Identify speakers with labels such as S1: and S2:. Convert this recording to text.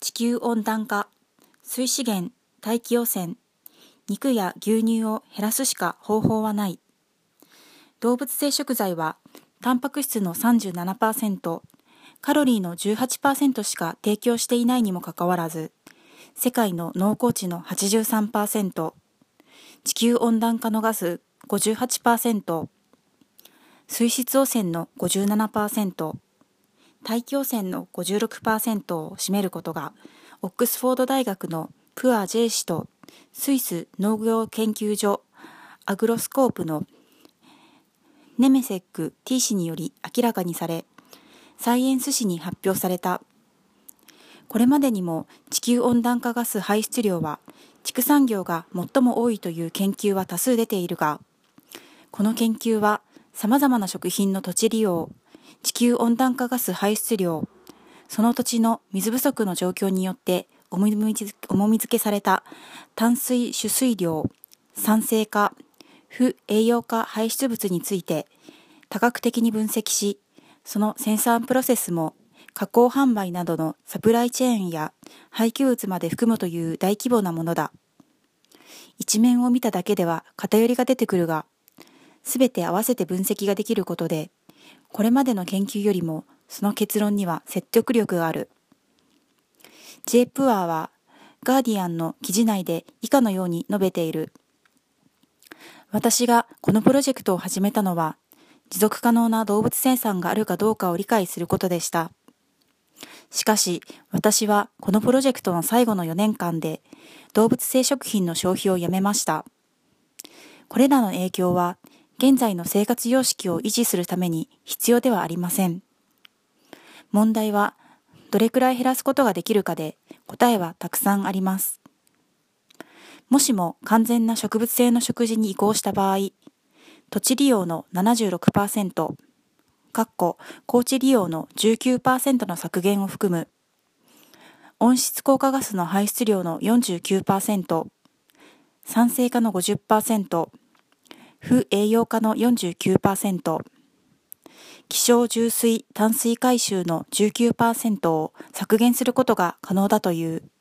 S1: 地球温暖化、水資源、大気汚染、肉や牛乳を減らすしか方法はない。動物性食材は、タンパク質の 37%、カロリーの 18% しか提供していないにもかかわらず、世界の農耕地の 83%、地球温暖化のガス 58%、水質汚染の 57%、大気汚染の 56% を占めることが、オックスフォード大学のプア・ジェイ氏とスイス農業研究所アグロスコープのネメセック・T 氏により明らかにされ、サイエンス誌に発表された。これまでにも地球温暖化ガス排出量は畜産業が最も多いという研究は多数出ているが、この研究は様々な食品の土地利用、地球温暖化ガス排出量、その土地の水不足の状況によって重み付けされた淡水取水量、酸性化、不栄養化排出物について多角的に分析し、その生産プロセスも加工販売などのサプライチェーンや廃棄物まで含むという大規模なものだ。一面を見ただけでは偏りが出てくるが、すべて合わせて分析ができることで、これまでの研究よりもその結論には説得力がある。J. プアーはガーディアンの記事内で以下のように述べている。私がこのプロジェクトを始めたのは、持続可能な動物生産があるかどうかを理解することでした。しかし、私はこのプロジェクトの最後の4年間で動物性食品の消費をやめました。これらの影響は、現在の生活様式を維持するために必要ではありません。問題は、どれくらい減らすことができるかで、答えはたくさんあります。もしも完全な植物性の食事に移行した場合、土地利用の 76%、高地利用の 19% の削減を含む、温室効果ガスの排出量の 49%、酸性化の 50%、不栄養化の 49%、希少重水淡水回収の 19% を削減することが可能だという。